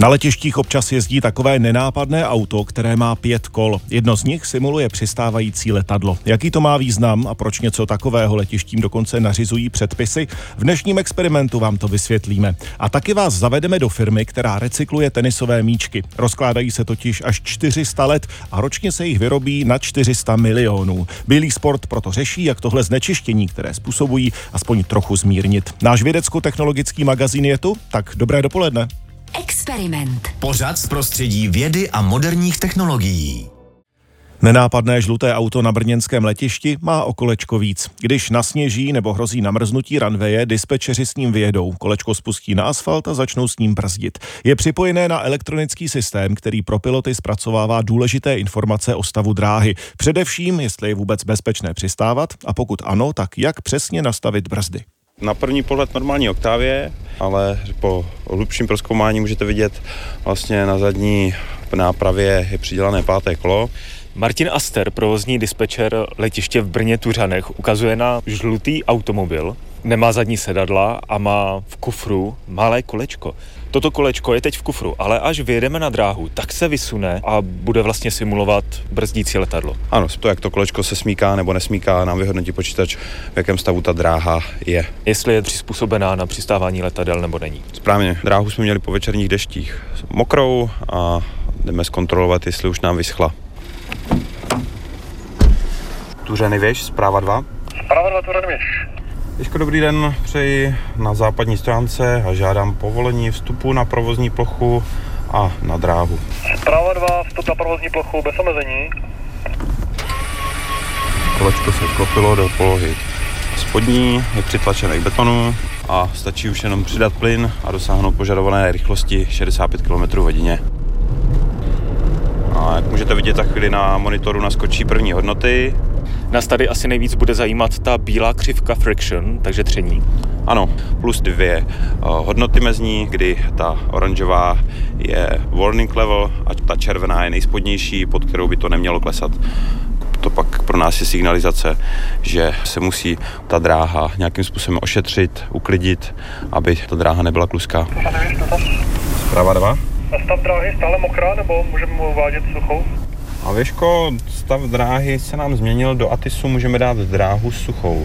Na letištích občas jezdí takové nenápadné auto, které má 5 kol. Jedno z nich simuluje přistávající letadlo. Jaký to má význam a proč něco takového letištím dokonce nařizují předpisy? V dnešním experimentu vám to vysvětlíme. A taky vás zavedeme do firmy, která recykluje tenisové míčky. Rozkládají se totiž až 400 let a ročně se jich vyrobí na 400 milionů. Bílý sport proto řeší, jak tohle znečištění, které způsobují, aspoň trochu zmírnit. Náš vědecko-technologický magazín je tu, tak dobré dopoledne. Experiment. Pořad z prostředí vědy a moderních technologií. Nenápadné žluté auto na brněnském letišti má o kolečko víc. Když nasněží nebo hrozí namrznutí ranveje, dispečeři s ním vyjedou. Kolečko spustí na asfalt a začnou s ním brzdit. Je připojené na elektronický systém, který pro piloty zpracovává důležité informace o stavu dráhy. Především, jestli je vůbec bezpečné přistávat a pokud ano, tak jak přesně nastavit brzdy. Na první pohled normální Octavie, ale po hlubším prozkoumání můžete vidět vlastně na zadní nápravě je přidělané 5. kolo. Martin Aster, provozní dispečer letiště v Brně Tuřanech, ukazuje na žlutý automobil, nemá zadní sedadla a má v kufru malé kolečko. Toto kolečko je teď v kufru, ale až vyjedeme na dráhu, tak se vysune a bude vlastně simulovat brzdící letadlo. Ano, to, jak to kolečko se smíká nebo nesmíká, nám vyhodnotí počítač, v jakém stavu ta dráha je. Jestli je přizpůsobená na přistávání letadel nebo není. Správně, dráhu jsme měli po večerních deštích mokrou a jdeme zkontrolovat, jestli už nám vyschla. Tuřany věž, zpráva 2. Zpráva 2, Tuřany věž. Ježko, dobrý den, přeji na západní stránce a žádám povolení vstupu na provozní plochu a na dráhu. Zpráva 2, vstup na provozní plochu bez omezení. Kolečko se vklopilo do polohy spodní, je přitlačené k betonu a stačí už jenom přidat plyn a dosáhnout požadované rychlosti 65 km/h. A jak můžete vidět, za chvíli na monitoru naskočí první hodnoty. Nás tady asi nejvíc bude zajímat ta bílá křivka friction, takže tření. Ano, plus 2 hodnoty mezní, kdy ta oranžová je warning level a ta červená je nejspodnější, pod kterou by to nemělo klesat. To pak pro nás je signalizace, že se musí ta dráha nějakým způsobem ošetřit, uklidit, aby ta dráha nebyla kluská. Zpráva 2. Stav dráhy stále mokrá, nebo můžeme mu uvádět suchou? A Věško, stav dráhy se nám změnil, do Atisu můžeme dát dráhu suchou.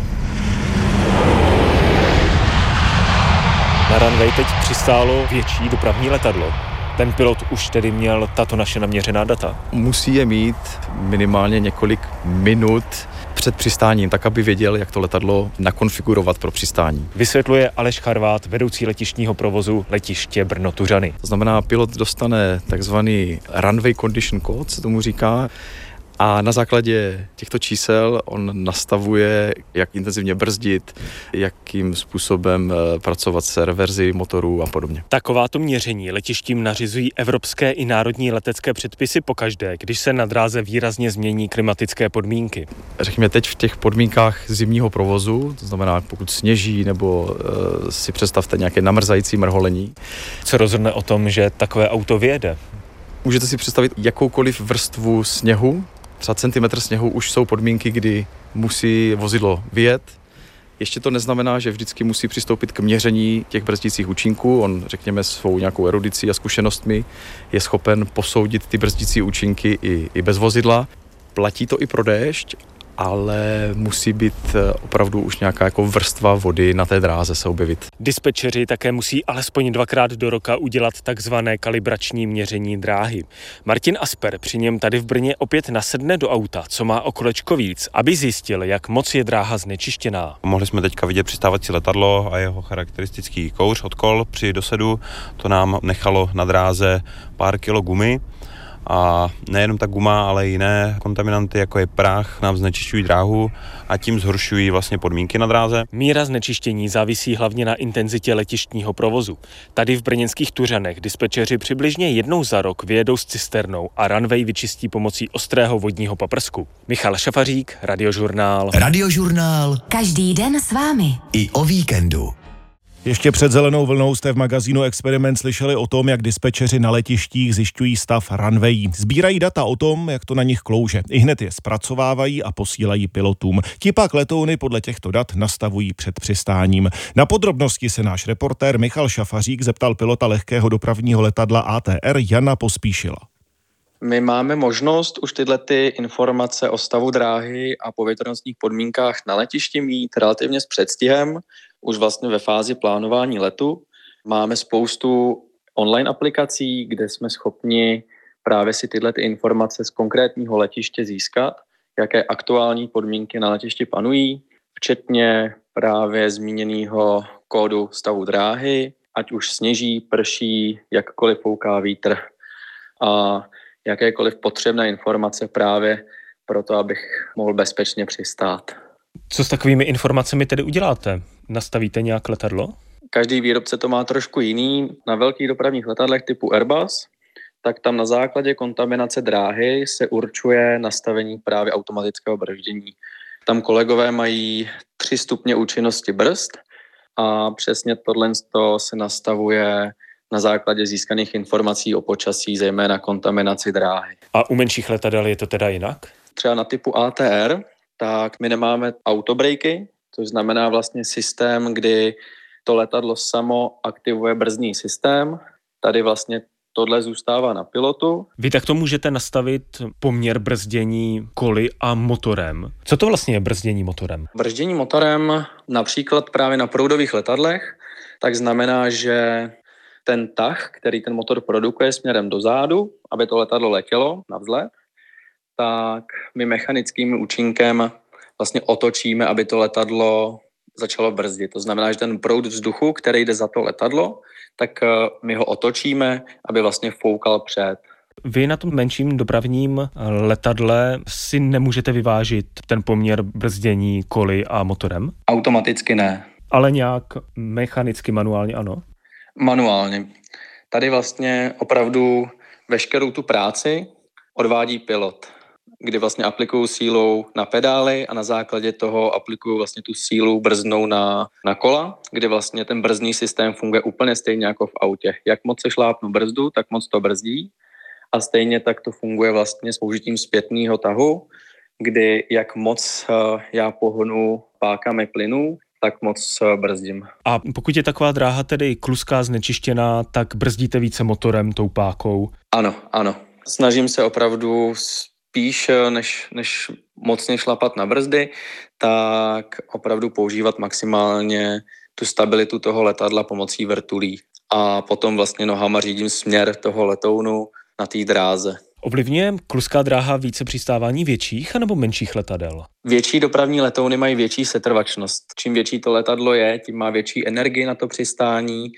Na runway teď přistálo větší dopravní letadlo. Ten pilot už tedy měl tato naše naměřená data. Musí je mít minimálně několik minut před přistáním, tak aby věděl, jak to letadlo nakonfigurovat pro přistání. Vysvětluje Aleš Charvát, vedoucí letištního provozu letiště Brno Tuřany. To znamená, pilot dostane takzvaný runway condition code, se tomu říká, a na základě těchto čísel on nastavuje, jak intenzivně brzdit, jakým způsobem pracovat s reverzí motorů a podobně. Takováto měření letištím nařizují evropské i národní letecké předpisy pokaždé, když se na dráze výrazně změní klimatické podmínky. Řekněme teď v těch podmínkách zimního provozu, to znamená pokud sněží nebo si představte nějaké namrzající mrholení. Co rozhodne o tom, že takové auto vyjede? Můžete si představit jakoukoliv vrstvu sněhu, třeba centimetr sněhu už jsou podmínky, kdy musí vozidlo vyjet. Ještě to neznamená, že vždycky musí přistoupit k měření těch brzdících účinků. On, řekněme, svou nějakou erudicí a zkušenostmi je schopen posoudit ty brzdící účinky i bez vozidla. Platí to i pro déšť, ale musí být opravdu už nějaká jako vrstva vody na té dráze se objevit. Dispečeři také musí alespoň 2krát do roka udělat takzvané kalibrační měření dráhy. Martin Asper při něm tady v Brně opět nasedne do auta, co má o kolečko víc, aby zjistil, jak moc je dráha znečištěná. Mohli jsme teďka vidět přistávací letadlo a jeho charakteristický kouř od kol při dosedu. To nám nechalo na dráze pár kilo gumy. A nejenom ta guma, ale i jiné kontaminanty, jako je prach, nám znečišťují dráhu a tím zhoršují vlastně podmínky na dráze. Míra znečištění závisí hlavně na intenzitě letištního provozu. Tady v brněnských Tuřanech dispečeři přibližně jednou za rok vyjedou s cisternou a runway vyčistí pomocí ostrého vodního paprsku. Michal Šafařík, Radiožurnál. Radiožurnál. Každý den s vámi. I o víkendu. Ještě před zelenou vlnou jste v magazínu Experiment slyšeli o tom, jak dispečeři na letištích zjišťují stav runwayí. Sbírají data o tom, jak to na nich klouže. Ihned je zpracovávají a posílají pilotům. Ti pak letouny podle těchto dat nastavují před přistáním. Na podrobnosti se náš reportér Michal Šafařík zeptal pilota lehkého dopravního letadla ATR Jana Pospíšila. My máme možnost už tyhle informace o stavu dráhy a povětrnostních podmínkách na letišti mít relativně s předstihem, už vlastně ve fázi plánování letu. Máme spoustu online aplikací, kde jsme schopni právě si tyhle informace z konkrétního letiště získat, jaké aktuální podmínky na letišti panují, včetně právě zmíněného kódu stavu dráhy, ať už sněží, prší, jakkoliv fouká vítr a jakékoliv potřebné informace právě pro to, abych mohl bezpečně přistát. Co s takovými informacemi tedy uděláte? Nastavíte nějak letadlo? Každý výrobce to má trošku jiný. Na velkých dopravních letadlech typu Airbus, tak tam na základě kontaminace dráhy se určuje nastavení právě automatického brzdění. Tam kolegové mají 3 stupně účinnosti brzd a přesně tohle se nastavuje na základě získaných informací o počasí, zejména kontaminaci dráhy. A u menších letadel je to teda jinak? Třeba na typu ATR, tak my nemáme autobreaky, což znamená vlastně systém, kdy to letadlo samo aktivuje brzdní systém. Tady vlastně tohle zůstává na pilotu. Vy takto můžete nastavit poměr brzdění koly a motorem. Co to vlastně je brzdění motorem? Brzdění motorem například právě na proudových letadlech, tak znamená, že ten tah, který ten motor produkuje směrem dozadu, aby to letadlo letělo na vzlet, tak my mechanickým účinkem vlastně otočíme, aby to letadlo začalo brzdit. To znamená, že ten proud vzduchu, který jde za to letadlo, tak my ho otočíme, aby vlastně foukal před. Vy na tom menším dopravním letadle si nemůžete vyvážit ten poměr brzdění koly a motorem? Automaticky ne. Ale nějak mechanicky, manuálně ano? Manuálně. Tady vlastně opravdu veškerou tu práci odvádí pilot, kdy vlastně aplikují sílu na pedály a na základě toho aplikují vlastně tu sílu brzdnou na kola, kdy vlastně ten brzdní systém funguje úplně stejně jako v autě. Jak moc se šlápnu brzdu, tak moc to brzdí a stejně tak to funguje vlastně s použitím zpětného tahu, kdy jak moc já pohnu pákami plynu, tak moc brzdím. A pokud je taková dráha tedy kluská, znečištěná, tak brzdíte více motorem, tou pákou? Ano. Snažím se opravdu spíš, než mocně šlapat na brzdy, tak opravdu používat maximálně tu stabilitu toho letadla pomocí vrtulí. A potom vlastně nohama řídím směr toho letounu na té dráze. Ovlivňuje kluská dráha více přistávání větších anebo menších letadel? Větší dopravní letouny mají větší setrvačnost. Čím větší to letadlo je, tím má větší energii na to přistání.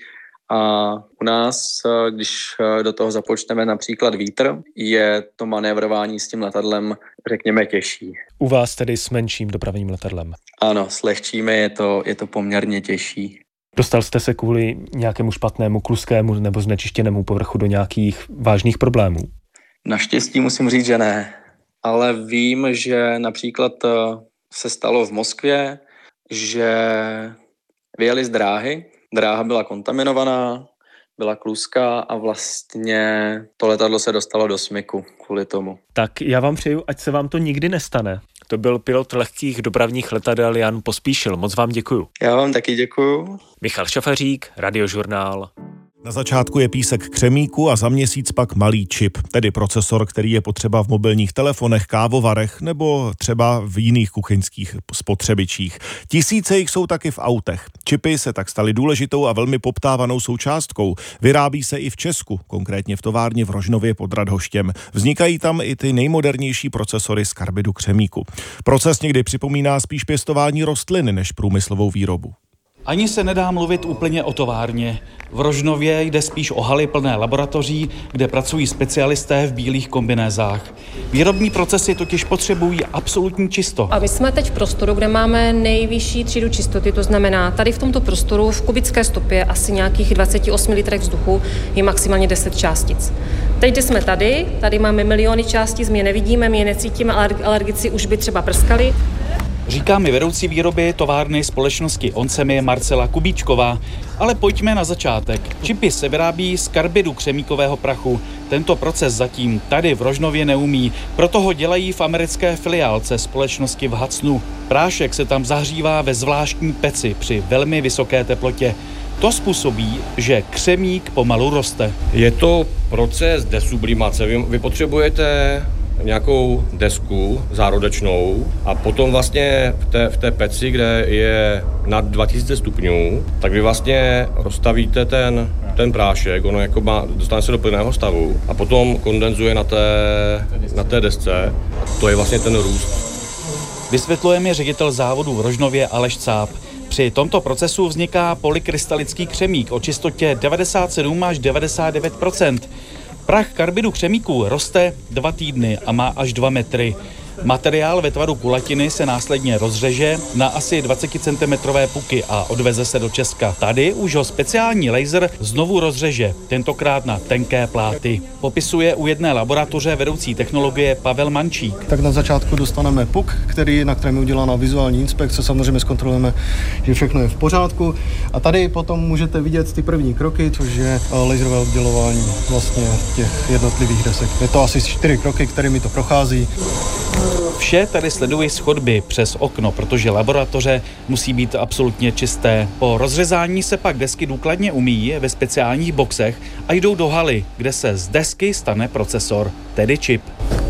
A u nás, když do toho započteme například vítr, je to manévrování s tím letadlem, řekněme, těžší. U vás tedy s menším dopravním letadlem? Ano, s lehčími je to poměrně těžší. Dostal jste se kvůli nějakému špatnému kluskému nebo znečištěnému povrchu do nějakých vážných problémů? Naštěstí musím říct, že ne. Ale vím, že například se stalo v Moskvě, že vyjeli z dráhy, dráha byla kontaminovaná, byla kluská a vlastně to letadlo se dostalo do smyku kvůli tomu. Tak já vám přeju, ať se vám to nikdy nestane. To byl pilot lehkých dopravních letadel Jan Pospíšil. Moc vám děkuju. Já vám taky děkuju. Michal Šafařík, Radiožurnál. Na začátku je písek křemíku a za měsíc pak malý čip, tedy procesor, který je potřeba v mobilních telefonech, kávovarech nebo třeba v jiných kuchyňských spotřebičích. Tisíce jich jsou taky v autech. Čipy se tak staly důležitou a velmi poptávanou součástkou. Vyrábí se i v Česku, konkrétně v továrně v Rožnově pod Radhoštěm. Vznikají tam i ty nejmodernější procesory z karbidu křemíku. Proces někdy připomíná spíš pěstování rostlin než průmyslovou výrobu. Ani se nedá mluvit úplně o továrně. V Rožnově jde spíš o haly plné laboratoří, kde pracují specialisté v bílých kombinézách. Výrobní procesy totiž potřebují absolutní čisto. A my jsme teď v prostoru, kde máme nejvyšší třídu čistoty, to znamená, tady v tomto prostoru v kubické stopě asi nějakých 28 litrech vzduchu je maximálně 10 částic. Teď, kde jsme tady máme miliony částic, my je nevidíme, my je necítíme, alergici už by třeba prskali. Říká mi vedoucí výroby továrny společnosti Onsemi Marcela Kubíčková. Ale pojďme na začátek. Čipy se vyrábí z karbidu křemíkového prachu. Tento proces zatím tady v Rožnově neumí, proto ho dělají v americké filiálce společnosti v Hudsonu. Prášek se tam zahřívá ve zvláštní peci při velmi vysoké teplotě. To způsobí, že křemík pomalu roste. Je to proces desublimace. Vy potřebujete nějakou desku zárodečnou a potom vlastně v té peci, kde je nad 2000 stupňů, tak vy vlastně rozstavíte ten prášek, ono jako dostane se do plného stavu a potom kondenzuje na té desce. To je vlastně ten růst. Vysvětluje mi ředitel závodu v Rožnově Aleš Cáb. Při tomto procesu vzniká polykrystalický křemík o čistotě 97 až 99%. Prach karbidu křemíku roste 2 týdny a má až 2 metry. Materiál ve tvaru kulatiny se následně rozřeže na asi 20 cm puky a odveze se do Česka. Tady už ho speciální laser znovu rozřeže, tentokrát na tenké pláty. Popisuje u jedné laboratoře vedoucí technologie Pavel Mančík. Tak na začátku dostaneme puk, na kterém je udělána vizuální inspekce, samozřejmě zkontrolujeme, že všechno je v pořádku. A tady potom můžete vidět ty první kroky, což je laserové oddělování vlastně těch jednotlivých desek. Je to asi 4 kroky, kterými to prochází. Vše tady sleduji z chodby přes okno, protože laboratoře musí být absolutně čisté. Po rozřezání se pak desky důkladně umýjí ve speciálních boxech a jdou do haly, kde se z desky stane procesor, tedy čip.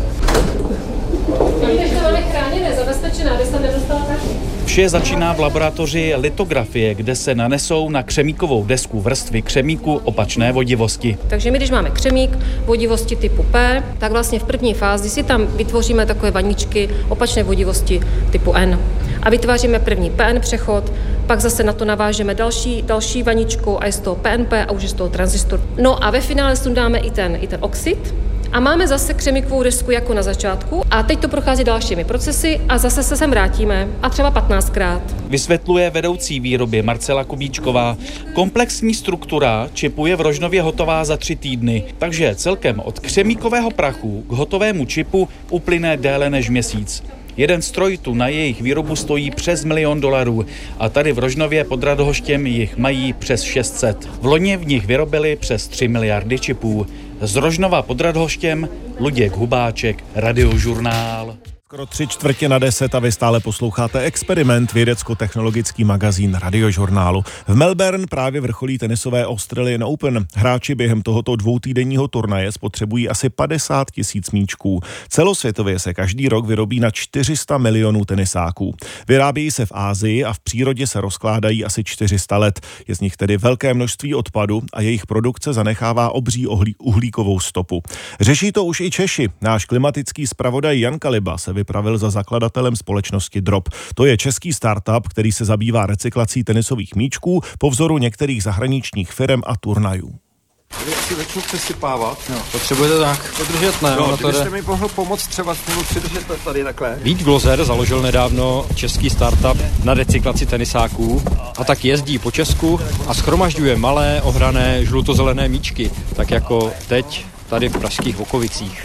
Vše začíná v laboratoři litografie, kde se nanesou na křemíkovou desku vrstvy křemíku opačné vodivosti. Takže my, když máme křemík vodivosti typu P, tak vlastně v první fázi si tam vytvoříme takové vaničky opačné vodivosti typu N. A vytváříme první PN přechod, pak zase na to navážeme další vaničku a je z toho PNP a už je z toho tranzistor. No a ve finále sundáme i ten oxid. A máme zase křemíkovou desku jako na začátku a teď to prochází dalšími procesy a zase se sem vrátíme a třeba 15krát. Vysvětluje vedoucí výroby Marcela Kubíčková. Komplexní struktura čipu je v Rožnově hotová za 3 týdny, takže celkem od křemíkového prachu k hotovému čipu uplyne déle než měsíc. Jeden stroj tu na jejich výrobu stojí přes $1 milion a tady v Rožnově pod Radhoštěm jich mají přes 600. V loni v nich vyrobili přes 3 miliardy čipů. Z Rožnova pod Radhoštěm Luděk Hubáček, Radiožurnál. Skoro 9:45 a vy stále posloucháte Experiment, vědecko-technologický magazín Radiožurnálu. V Melbourne právě vrcholí tenisové Australian Open. Hráči během tohoto 2týdenního turnaje spotřebují asi 50 000 míčků. Celosvětově se každý rok vyrobí na 400 milionů tenisáků. Vyrábějí se v Asii a v přírodě se rozkládají asi 400 let. Je z nich tedy velké množství odpadu a jejich produkce zanechává obří uhlíkovou stopu. Řeší to už i Češi. Náš klimatický zpravodaj Jan Kaliba se vypravil za zakladatelem společnosti Drop. To je český startup, který se zabývá recyklací tenisových míčků po vzoru některých zahraničních firem a turnajů. Tady asi začnu přesypávat. No, potřebujete tak podržet, ne? No, kdybyste mi mohl pomoct třeba spolu přidržet tady takhle. Vít Glozer založil nedávno český startup na recyklaci tenisáků a tak jezdí po Česku a shromažďuje malé ohrané žlutozelené míčky, tak jako teď tady v pražských Vokovicích.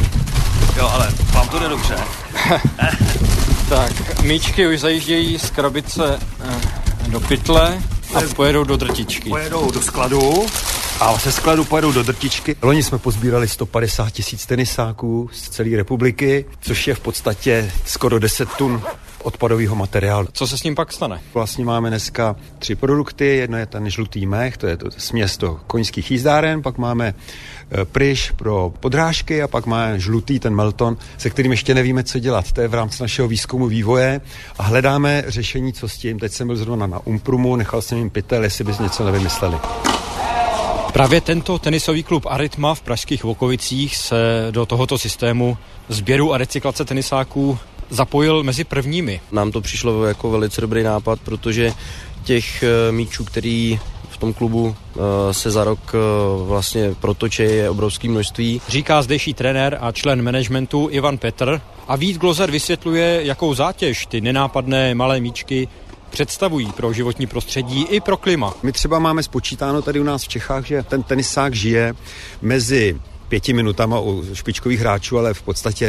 Jo, ale vám to jde dobře. Tak, míčky už zajíždějí z krabice do pytle a pojedou do drtičky. Pojedou do skladu a ze skladu pojedou do drtičky. Loni jsme pozbírali 150 000 tenisáků z celé republiky, což je v podstatě skoro 10 tun odpadového materiálu. Co se s ním pak stane? Vlastně máme dneska 3 produkty. Jedno je ten žlutý mech, to je to směs do koňských jízdáren, pak máme pryš pro podrážky a pak máme žlutý, ten melton, se kterým ještě nevíme, co dělat. To je v rámci našeho výzkumu vývoje a hledáme řešení, co s tím. Teď jsem byl zrovna na Umprumu, nechal jsem jim pytel, jestli bys něco nevymysleli. Právě tento tenisový klub Arytma v pražských Vokovicích se do tohoto systému sběru a recyklace tenisáků zapojil mezi prvními. Nám to přišlo jako velice dobrý nápad, protože těch míčů, který v tom klubu se za rok vlastně protočí, je obrovské množství. Říká zdejší trenér a člen managementu Ivan Petr a Vít Glozer vysvětluje, jakou zátěž ty nenápadné malé míčky představují pro životní prostředí i pro klima. My třeba máme spočítáno tady u nás v Čechách, že ten tenisák žije mezi 5 minutama u špičkových hráčů, ale v podstatě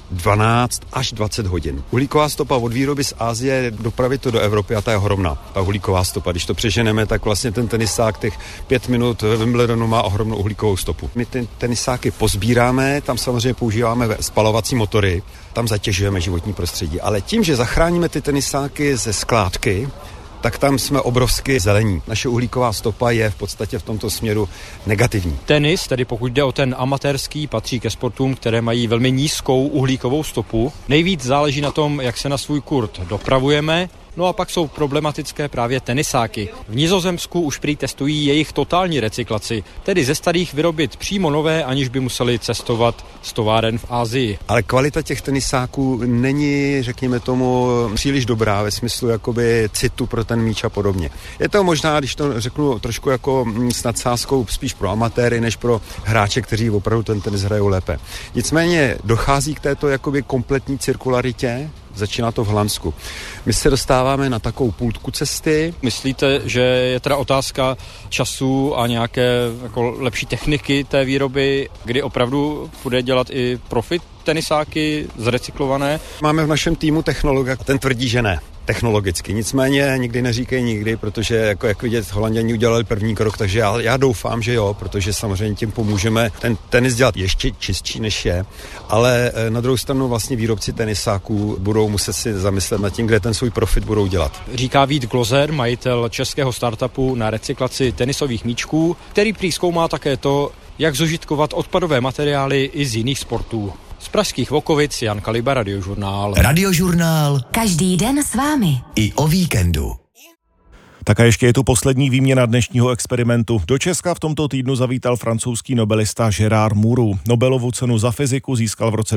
12 až 20 hodin. Uhlíková stopa od výroby z Asie dopravit to do Evropy a ta je ohromná. Ta uhlíková stopa, když to přeženeme, tak vlastně ten tenisák těch 5 minut ve Wimbledonu má ohromnou uhlíkovou stopu. My ty tenisáky pozbíráme, tam samozřejmě používáme spalovací motory, tam zatěžujeme životní prostředí, ale tím, že zachráníme ty tenisáky ze skládky, tak tam jsme obrovsky zelení. Naše uhlíková stopa je v podstatě v tomto směru negativní. Tenis, tedy pokud jde o ten amatérský, patří ke sportům, které mají velmi nízkou uhlíkovou stopu. Nejvíc záleží na tom, jak se na svůj kurt dopravujeme. No a pak jsou problematické právě tenisáky. V Nizozemsku už prý testují jejich totální recyklaci, tedy ze starých vyrobit přímo nové, aniž by museli cestovat z továren v Asii. Ale kvalita těch tenisáků není, řekněme tomu, příliš dobrá ve smyslu jakoby citu pro ten míč a podobně. Je to možná, když to řeknu trošku jako s nadsázkou, spíš pro amatéry, než pro hráče, kteří opravdu ten tenis hrajou lépe. Nicméně dochází k této jakoby kompletní cirkularitě. Začíná to v Holandsku. My se dostáváme na takovou půlku cesty. Myslíte, že je teda otázka času a nějaké jako lepší techniky té výroby, kdy opravdu bude dělat i profit tenisáky zrecyklované? Máme v našem týmu technologa, ten tvrdí, že ne. Technologicky. Nicméně nikdy neříkej nikdy, protože jako jak vidět, Holanděni udělali první krok, takže já doufám, že jo, protože samozřejmě tím pomůžeme ten tenis dělat ještě čistší, než je, ale na druhou stranu vlastně výrobci tenisáků budou muset si zamyslet nad tím, kde ten svůj profit budou dělat. Říká Vít Glozer, majitel českého startupu na recyklaci tenisových míčků, který prý zkoumá také to, jak zužitkovat odpadové materiály i z jiných sportů. Z pražských Vokovic Jan Kaliba, Radiožurnál. Radiožurnál. Každý den s vámi. I o víkendu. Tak a ještě je tu poslední výměna dnešního experimentu. Do Česka v tomto týdnu zavítal francouzský nobelista Gérard Mourou. Nobelovu cenu za fyziku získal v roce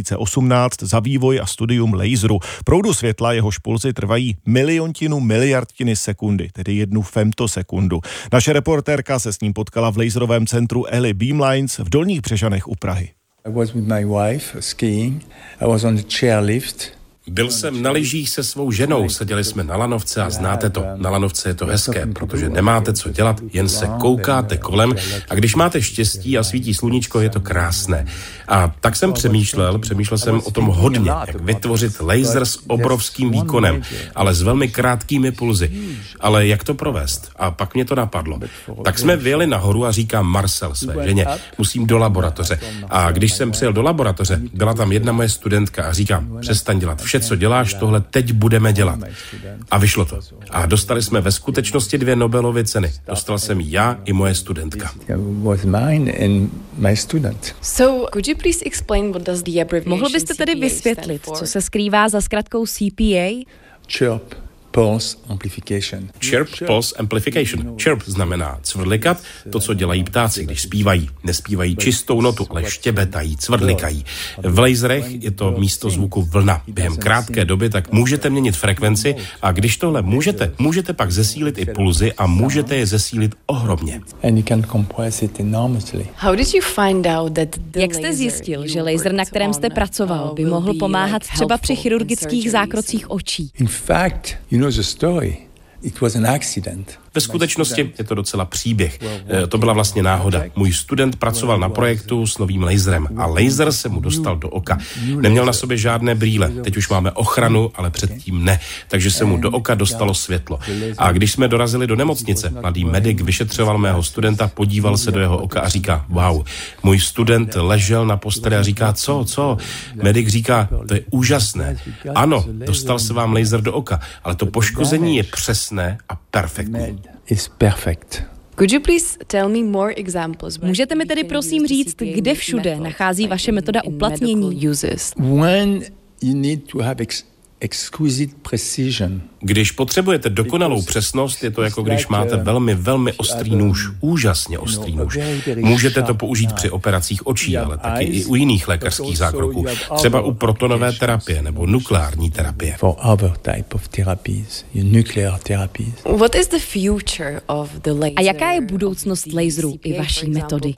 2018 za vývoj a studium laseru. Proudu světla, jehož pulzy trvají miliontinu miliardtiny sekundy, tedy 1 femtosekundu. Naše reportérka se s ním potkala v laserovém centru Eli Beamlines v Dolních Břežanech u Prahy. I was with my wife skiing. I was on the chairlift. Byl jsem na lyžích se svou ženou, seděli jsme na lanovce a znáte to, na lanovce je to hezké, protože nemáte co dělat, jen se koukáte kolem a když máte štěstí a svítí sluníčko, je to krásné. A tak jsem přemýšlel jsem o tom hodně, jak vytvořit laser s obrovským výkonem, ale s velmi krátkými pulzy. Ale jak to provést? A pak mě to napadlo. Tak jsme vyjeli nahoru a říkám Marcel své ženě, musím do laboratoře. A když jsem přijel do laboratoře, byla tam jedna moje studentka a říkám, přestaň dělat vše, co děláš, tohle teď budeme dělat. A vyšlo to. A dostali jsme ve skutečnosti 2 Nobelovy ceny. Dostal jsem já i moje studentka. Mohl byste tedy vysvětlit, co se skrývá za zkratkou CPA? Chirp Pulse Amplification. Chirp Pulse Amplification. Chirp znamená cvrlikat, to, co dělají ptáci, když zpívají. Nespívají čistou notu, ale štěbetají, cvrlikají. V laserech je to místo zvuku vlna. Během krátké doby tak můžete měnit frekvenci a když tohle můžete pak zesílit i pulzy a můžete je zesílit ohromně. Jak jste zjistil, že laser, na kterém jste pracoval, by mohl pomáhat třeba při chirurgických zákrocích očí? In fact, you know the story. It was an accident. Ve skutečnosti je to docela příběh. To byla vlastně náhoda. Můj student pracoval na projektu s novým laserem a laser se mu dostal do oka. Neměl na sobě žádné brýle. Teď už máme ochranu, ale předtím ne. Takže se mu do oka dostalo světlo. A když jsme dorazili do nemocnice, mladý medic vyšetřoval mého studenta, podíval se do jeho oka a říká, wow, můj student ležel na posteli a říká, co? Medic říká, to je úžasné. Ano, dostal se vám laser do oka, ale to poškození je přesné a perfektní. Můžete mi tedy prosím říct, kde všude nachází vaše metoda uplatnění? Když potřebujete dokonalou přesnost, je to jako když máte velmi, velmi ostrý nůž, úžasně ostrý nůž. Můžete to použít při operacích očí, ale taky i u jiných lékařských zákroků, třeba u protonové terapie nebo nukleární terapie. A jaká je budoucnost laseru i vaší metody?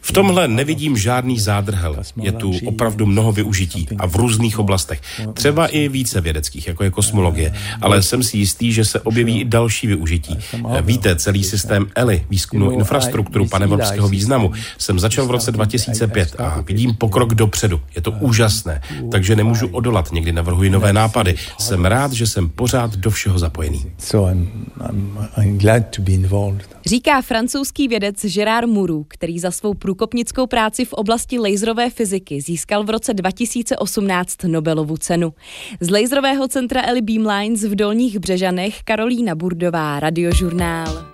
V tomhle nevidím žádný zádrhel. Je tu opravdu mnoho využití a v různých oblastech. Třeba i více vědeckých, jako je kosmologie. Ale jsem si jistý, že se objeví i další využití. Víte, celý systém ELI, výzkumnou infrastrukturu panevropského významu, jsem začal v roce 2005 a vidím pokrok dopředu. Je to úžasné, takže nemůžu odolat. Někdy navrhuji nové nápady. Jsem rád, že jsem pořád do všeho zapojený. I'm glad to be involved. Říká francouzský vědec Gérard Mourou, který za svou průkopnickou práci v oblasti laserové fyziky získal v roce 2018 Nobelovu cenu. Z laserového centra ELI Beamlines v Dolních Břežanech Karolína Burdová, Radiožurnál.